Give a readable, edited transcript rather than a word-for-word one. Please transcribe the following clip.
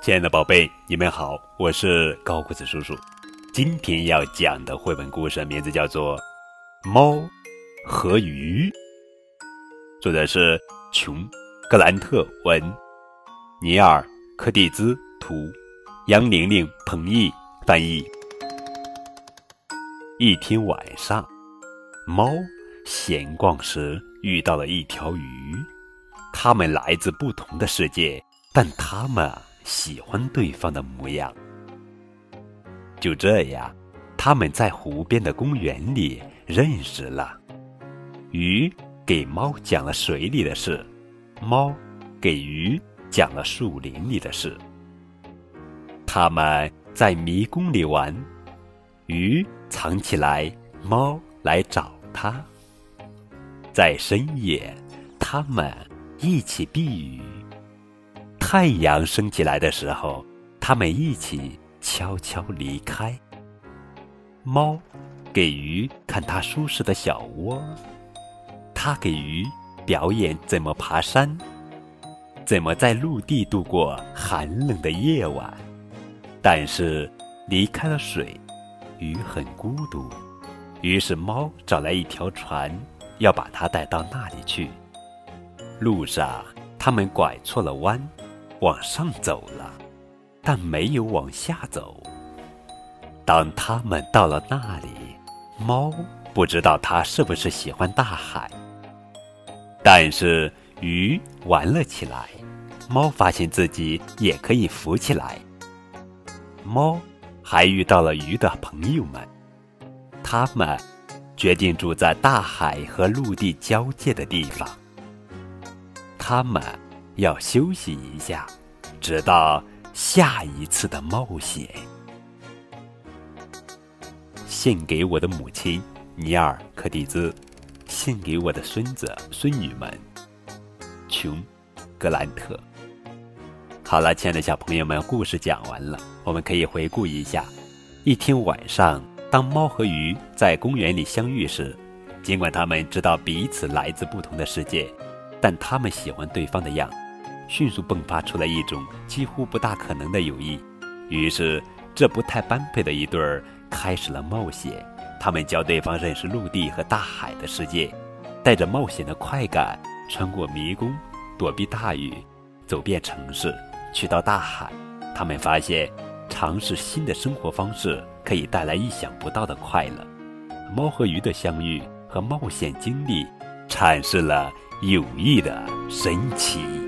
亲爱的宝贝，你们好，我是高个子叔叔。今天要讲的绘本故事名字叫做《猫和鱼》，作者是琼·格兰特文，尼尔·柯蒂兹图，杨玲玲、彭毅翻译。一天晚上，猫闲逛时遇到了一条鱼，它们来自不同的世界，但它们喜欢对方的模样。就这样，他们在湖边的公园里认识了。鱼给猫讲了水里的事，猫给鱼讲了树林里的事。他们在迷宫里玩，鱼藏起来，猫来找它。在深夜，他们一起避雨。太阳升起来的时候，他们一起悄悄离开。猫给鱼看它舒适的小窝，它给鱼表演怎么爬山，怎么在陆地度过寒冷的夜晚。但是离开了水，鱼很孤独，于是猫找来一条船，要把它带到那里去。路上，他们拐错了弯，往上走了，但没有往下走。当他们到了那里，猫不知道它是不是喜欢大海，但是鱼玩了起来，猫发现自己也可以浮起来。猫还遇到了鱼的朋友们，他们决定住在大海和陆地交界的地方。他们要休息一下，直到下一次的冒险。献给我的母亲尼尔·柯蒂兹，献给我的孙子孙女们琼·格兰特。好了，亲爱的小朋友们，故事讲完了，我们可以回顾一下。一天晚上，当猫和鱼在公园里相遇时，尽管他们知道彼此来自不同的世界，但他们喜欢对方的样，迅速迸发出了一种几乎不大可能的友谊。于是这不太般配的一对儿开始了冒险。他们教对方认识陆地和大海的世界，带着冒险的快感，穿过迷宫，躲避大雨，走遍城市，去到大海。他们发现尝试新的生活方式可以带来意想不到的快乐。猫和鱼的相遇和冒险经历产生了友谊的神奇。